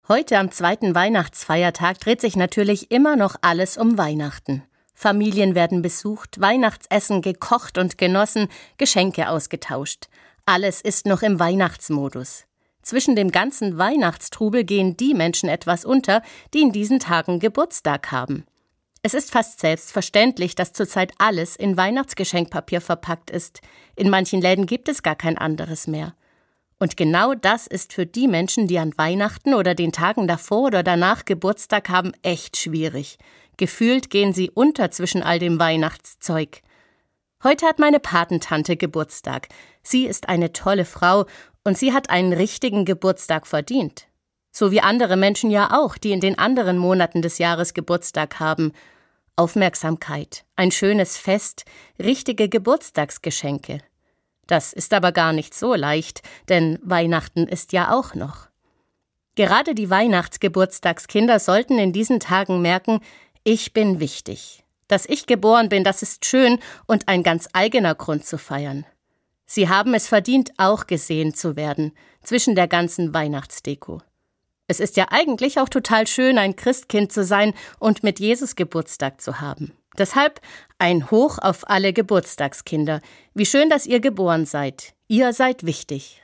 Heute am zweiten Weihnachtsfeiertag dreht sich natürlich immer noch alles um Weihnachten. Familien werden besucht, Weihnachtsessen gekocht und genossen, Geschenke ausgetauscht. Alles ist noch im Weihnachtsmodus. Zwischen dem ganzen Weihnachtstrubel gehen die Menschen etwas unter, die in diesen Tagen Geburtstag haben. Es ist fast selbstverständlich, dass zurzeit alles in Weihnachtsgeschenkpapier verpackt ist. In manchen Läden gibt es gar kein anderes mehr. Und genau das ist für die Menschen, die an Weihnachten oder den Tagen davor oder danach Geburtstag haben, echt schwierig. Gefühlt gehen sie unter zwischen all dem Weihnachtszeug. Heute hat meine Patentante Geburtstag. Sie ist eine tolle Frau und sie hat einen richtigen Geburtstag verdient. So wie andere Menschen ja auch, die in den anderen Monaten des Jahres Geburtstag haben. Aufmerksamkeit, ein schönes Fest, richtige Geburtstagsgeschenke. Das ist aber gar nicht so leicht, denn Weihnachten ist ja auch noch. Gerade die Weihnachtsgeburtstagskinder sollten in diesen Tagen merken, ich bin wichtig. Dass ich geboren bin, das ist schön und ein ganz eigener Grund zu feiern. Sie haben es verdient, auch gesehen zu werden, zwischen der ganzen Weihnachtsdeko. Es ist ja eigentlich auch total schön, ein Christkind zu sein und mit Jesus Geburtstag zu haben. Deshalb ein Hoch auf alle Geburtstagskinder. Wie schön, dass ihr geboren seid. Ihr seid wichtig.